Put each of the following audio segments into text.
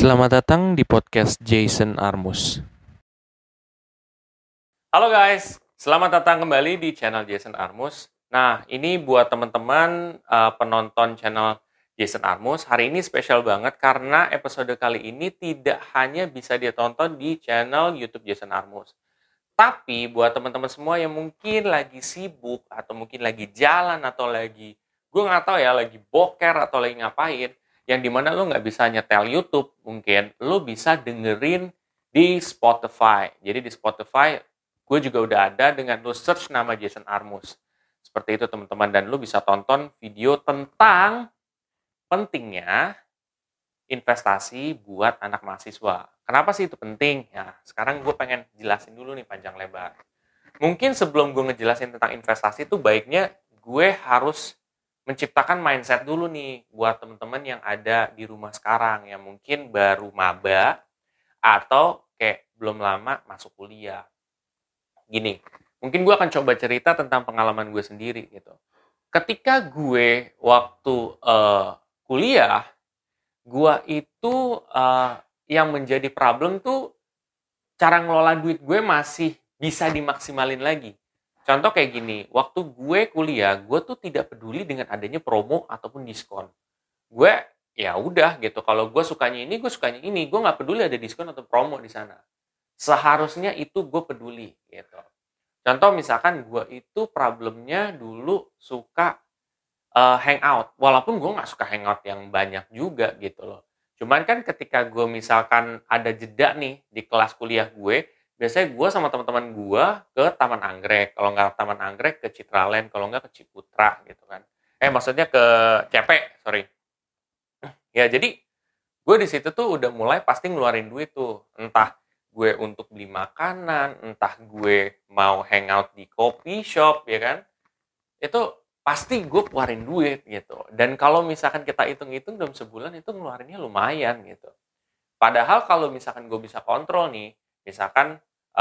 Selamat datang di podcast Jason Armus. Halo guys, selamat datang kembali di channel Jason Armus. Nah, ini buat teman-teman penonton channel Jason Armus. Hari ini spesial banget karena episode kali ini tidak hanya bisa ditonton di channel YouTube Jason Armus. Tapi buat teman-teman semua yang mungkin lagi sibuk atau mungkin lagi jalan atau lagi, gue nggak tahu ya, lagi boker atau lagi ngapain, yang dimana lo nggak bisa nyetel YouTube, mungkin lo bisa dengerin di Spotify. Jadi di Spotify, gue juga udah ada dengan lo search nama Jason Armus. Seperti itu teman-teman, dan lo bisa tonton video tentang pentingnya investasi buat anak mahasiswa. Kenapa sih itu penting? Ya, sekarang gue pengen jelasin dulu nih panjang lebar. Mungkin sebelum gue ngejelasin tentang investasi itu baiknya gue harus menciptakan mindset dulu nih buat teman-teman yang ada di rumah sekarang yang mungkin baru maba atau kayak belum lama masuk kuliah. Gini, mungkin gue akan coba cerita tentang pengalaman gue sendiri gitu. Ketika gue waktu kuliah, gue itu yang menjadi problem tuh cara ngelola duit gue masih bisa dimaksimalin lagi. Contoh kayak gini, waktu gue kuliah, gue tuh tidak peduli dengan adanya promo ataupun diskon. Gue ya udah gitu, kalau gue sukanya ini, gue sukanya ini, gue nggak peduli ada diskon atau promo di sana. Seharusnya itu gue peduli gitu. Contoh misalkan gue itu problemnya dulu suka hangout, walaupun gue nggak suka hangout yang banyak juga gitu loh. Cuman kan ketika gue misalkan ada jeda nih di kelas kuliah gue, biasanya gue sama teman-teman gue ke Taman Anggrek, kalau nggak Taman Anggrek ke Citraland, kalau nggak ke Ciputra gitu kan. Maksudnya ke CP, sorry. Ya jadi gue di situ tuh udah mulai pasti ngeluarin duit tuh, entah gue untuk beli makanan, entah gue mau hangout di coffee shop, ya kan? Itu pasti gue keluarin duit gitu. Dan kalau misalkan kita hitung-hitung dalam sebulan itu ngeluarinnya lumayan gitu. Padahal kalau misalkan gue bisa kontrol nih, misalkan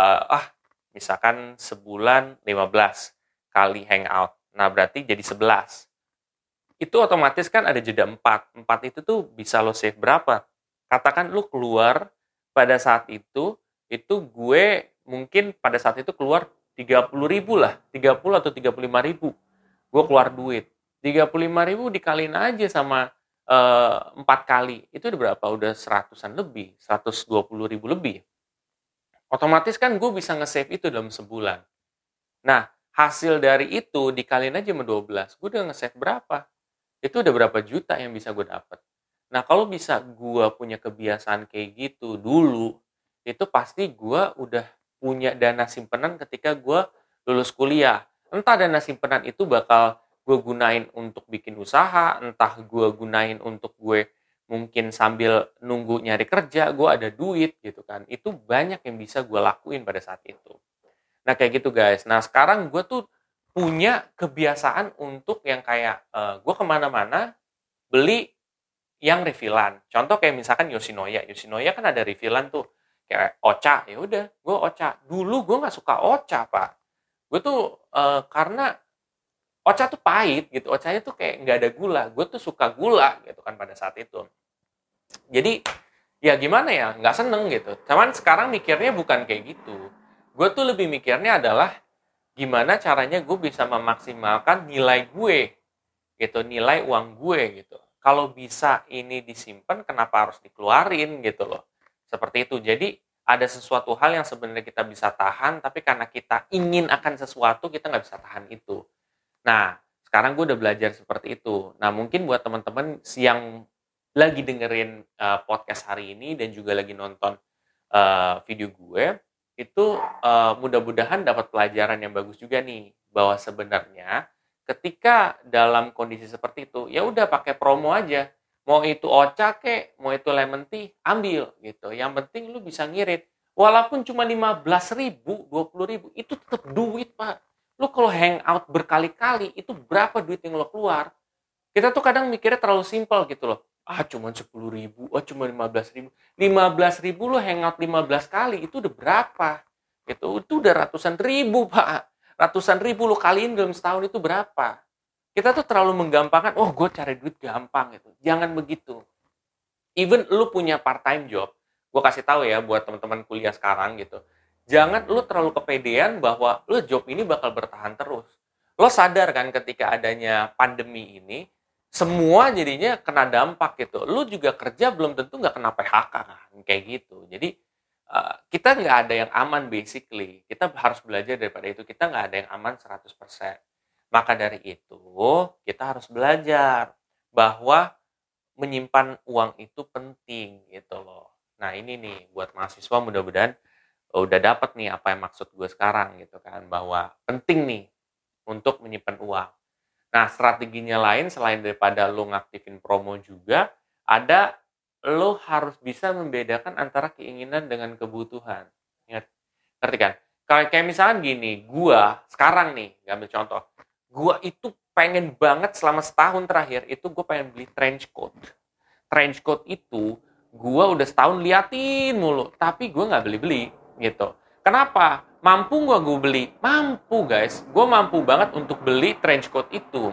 misalkan sebulan 15 kali hangout. Nah, berarti jadi 11. Itu otomatis kan ada jeda 4. 4 itu tuh bisa lo save berapa? Katakan lo keluar pada saat itu gue mungkin pada saat itu keluar 30.000 lah, 30 atau 35.000. Gue keluar duit. 35.000 dikaliin aja sama 4 kali. Itu udah berapa? Udah 100-an lebih. 120.000 lebih. Otomatis kan gue bisa nge-save itu dalam sebulan. Nah, hasil dari itu dikaliin aja sama 12. Gue udah nge-save berapa? Itu udah berapa juta yang bisa gue dapet. Nah, kalau bisa gue punya kebiasaan kayak gitu dulu, itu pasti gue udah punya dana simpenan ketika gue lulus kuliah. Entah dana simpenan itu bakal gue gunain untuk bikin usaha, entah gue gunain untuk gue mungkin sambil nunggu nyari kerja, gue ada duit gitu kan. Itu banyak yang bisa gue lakuin pada saat itu. Nah, kayak gitu guys. Nah, sekarang gue tuh punya kebiasaan untuk yang kayak gue kemana-mana beli yang refillan. Contoh kayak misalkan Yoshinoya. Yoshinoya kan ada refillan tuh. Kayak Ocha, ya udah, gue Ocha. Dulu gue nggak suka Ocha, Pak. Gue tuh karena Ocha tuh pahit gitu. Ochanya tuh kayak nggak ada gula. Gue tuh suka gula gitu kan pada saat itu. Jadi ya gimana ya, nggak seneng gitu. Cuman sekarang mikirnya bukan kayak gitu. Gue tuh lebih mikirnya adalah gimana caranya gue bisa memaksimalkan nilai gue gitu, nilai uang gue gitu. Kalau bisa ini disimpan, kenapa harus dikeluarin gitu loh. Seperti itu. Jadi ada sesuatu hal yang sebenarnya kita bisa tahan, tapi karena kita ingin akan sesuatu, kita nggak bisa tahan itu. Nah, sekarang gue udah belajar seperti itu. Nah, mungkin buat teman-teman yang lagi dengerin podcast hari ini dan juga lagi nonton video gue, itu mudah-mudahan dapat pelajaran yang bagus juga nih, bahwa sebenarnya ketika dalam kondisi seperti itu, ya udah pakai promo aja. Mau itu Ocha kek, mau itu lemon tea, ambil gitu. Yang penting lu bisa ngirit. Walaupun cuma 15.000, 20.000, itu tetap duit, Pak. Lu kalau hangout berkali-kali, itu berapa duit yang lo keluar? Kita tuh kadang mikirnya terlalu simpel gitu loh. Ah, cuma 10.000, oh cuma 15.000. 15.000 lo hangout 15 kali, itu udah berapa? Itu udah ratusan ribu, Pak. Ratusan ribu lo kaliin dalam setahun itu berapa? Kita tuh terlalu menggampangkan, oh gue cari duit gampang gitu. Jangan begitu. even lu punya part-time job, gue kasih tahu ya buat teman-teman kuliah sekarang gitu, jangan lu terlalu kepedean bahwa lu job ini bakal bertahan terus. Lo sadar kan ketika adanya pandemi ini, semua jadinya kena dampak gitu. Lu juga kerja belum tentu nggak kena PHK kan, kayak gitu. Jadi kita nggak ada yang aman basically. Kita harus belajar daripada itu. Kita nggak ada yang aman 100%. Maka dari itu, kita harus belajar bahwa menyimpan uang itu penting gitu loh. Nah ini nih buat mahasiswa mudah-mudahan udah dapat nih apa yang maksud gue sekarang gitu kan, bahwa penting nih untuk menyimpan uang. Nah strateginya lain selain daripada lo ngaktifin promo juga, ada lo harus bisa membedakan antara keinginan dengan kebutuhan. Ingat, ngerti kan? Kayak misalkan gini, gue sekarang nih, ambil contoh, gue itu pengen banget selama setahun terakhir itu gue pengen beli trench coat. Trench coat itu gue udah setahun liatin mulu, tapi gue nggak beli-beli gitu. Kenapa? Mampu nggak gue beli? Mampu guys, gue mampu banget untuk beli trench coat itu.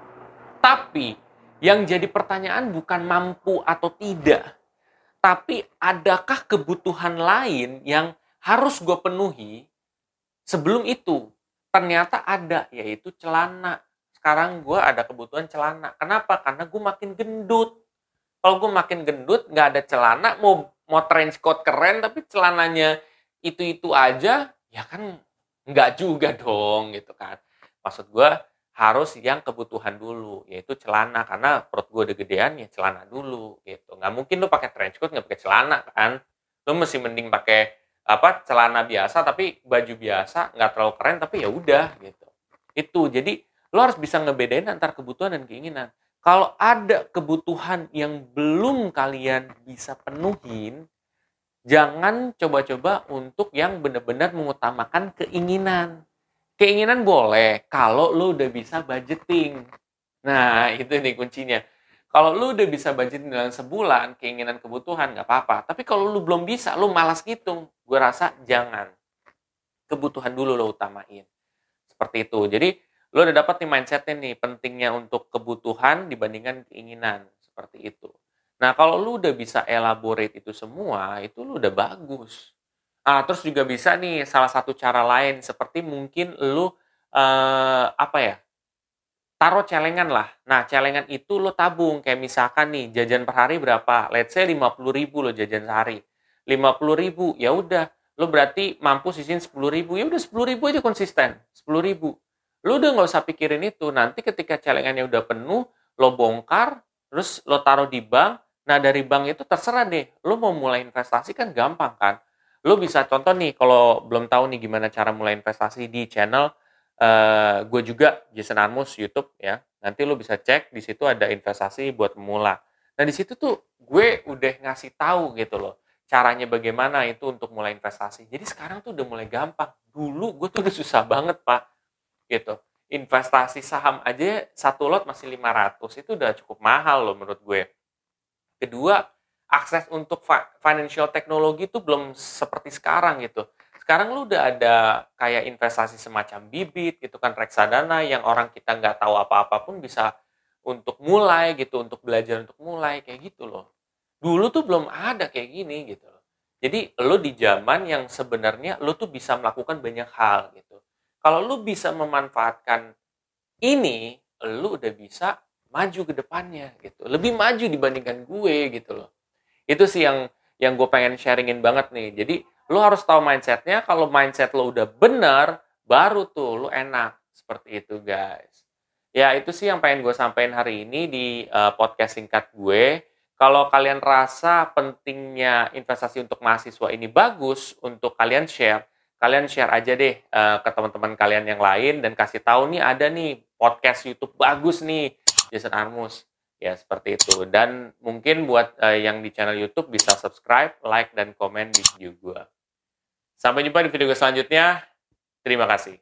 Tapi yang jadi pertanyaan bukan mampu atau tidak, tapi adakah kebutuhan lain yang harus gue penuhi sebelum itu? Ternyata ada, yaitu celana. Sekarang gue ada kebutuhan celana. Kenapa? Karena gue makin gendut. Kalau gue makin gendut, nggak ada celana, mau trench coat keren, tapi celananya itu aja, ya kan nggak juga dong, gitu kan. Maksud gue, harus yang kebutuhan dulu, yaitu celana. Karena perut gue udah gedean, ya celana dulu, gitu. Nggak mungkin lu pakai trench coat, nggak pakai celana, kan. Lu mesti mending pakai celana biasa, tapi baju biasa, nggak terlalu keren, tapi ya udah, gitu. Itu, jadi lo harus bisa ngebedain antara kebutuhan dan keinginan. Kalau ada kebutuhan yang belum kalian bisa penuhin, jangan coba-coba untuk yang benar-benar mengutamakan keinginan. Keinginan boleh kalau lu udah bisa budgeting. Nah, itu nih kuncinya. Kalau lu udah bisa budgeting dalam sebulan, keinginan kebutuhan nggak apa-apa. Tapi kalau lu belum bisa, lu malas ngitung, gue rasa jangan. Kebutuhan dulu lo utamain. Seperti itu. Jadi, lo udah dapat nih mindsetnya nih, pentingnya untuk kebutuhan dibandingkan keinginan. Seperti itu. Nah, kalau lo udah bisa elaborate itu semua, itu lo udah bagus. Terus juga bisa nih, salah satu cara lain, seperti mungkin lo, taruh celengan lah. Nah, celengan itu lo tabung. Kayak misalkan nih, jajan per hari berapa? Let's say 50.000 lo jajan sehari. 50.000, ya udah. Lo berarti mampu sisihin 10.000. Ya udah 10.000 aja konsisten. 10.000. Lo udah nggak usah pikirin itu. Nanti ketika celengannya udah penuh, lo bongkar, terus lo taruh di bank. Nah, dari bank itu terserah deh. Lo mau mulai investasi kan gampang kan? Lo bisa contoh nih, kalau belum tahu nih gimana cara mulai investasi di channel gue juga, Jason Armus YouTube ya. Nanti lo bisa cek, di situ ada investasi buat pemula. Nah, di situ tuh gue udah ngasih tahu gitu loh, caranya bagaimana itu untuk mulai investasi. Jadi sekarang tuh udah mulai gampang. Dulu gue tuh udah susah banget, Pak. Gitu. Investasi saham aja satu lot masih 500. Itu udah cukup mahal loh menurut gue. Kedua, akses untuk financial technology itu belum seperti sekarang gitu. Sekarang lu udah ada kayak investasi semacam bibit gitu kan, reksadana yang orang kita nggak tahu apa-apa pun bisa untuk mulai gitu, untuk belajar untuk mulai kayak gitu loh. Dulu tuh belum ada kayak gini gitu loh. Jadi lu di zaman yang sebenarnya lu tuh bisa melakukan banyak hal gitu. Kalau lu bisa memanfaatkan ini, lu udah bisa maju ke depannya gitu. Lebih maju dibandingkan gue gitu loh. Itu sih yang gue pengen sharingin banget nih. Jadi lo harus tahu mindsetnya. Kalau mindset lo udah benar, baru tuh lo enak. Seperti itu guys. Ya itu sih yang pengen gue sampaikan hari ini di podcast singkat gue. Kalau kalian rasa pentingnya investasi untuk mahasiswa ini bagus untuk kalian share aja deh ke teman-teman kalian yang lain dan kasih tahu nih ada nih podcast YouTube bagus nih, Jason Armus. Ya, seperti itu. Dan mungkin buat yang di channel YouTube bisa subscribe, like, dan komen di video gue. Sampai jumpa di video gue selanjutnya. Terima kasih.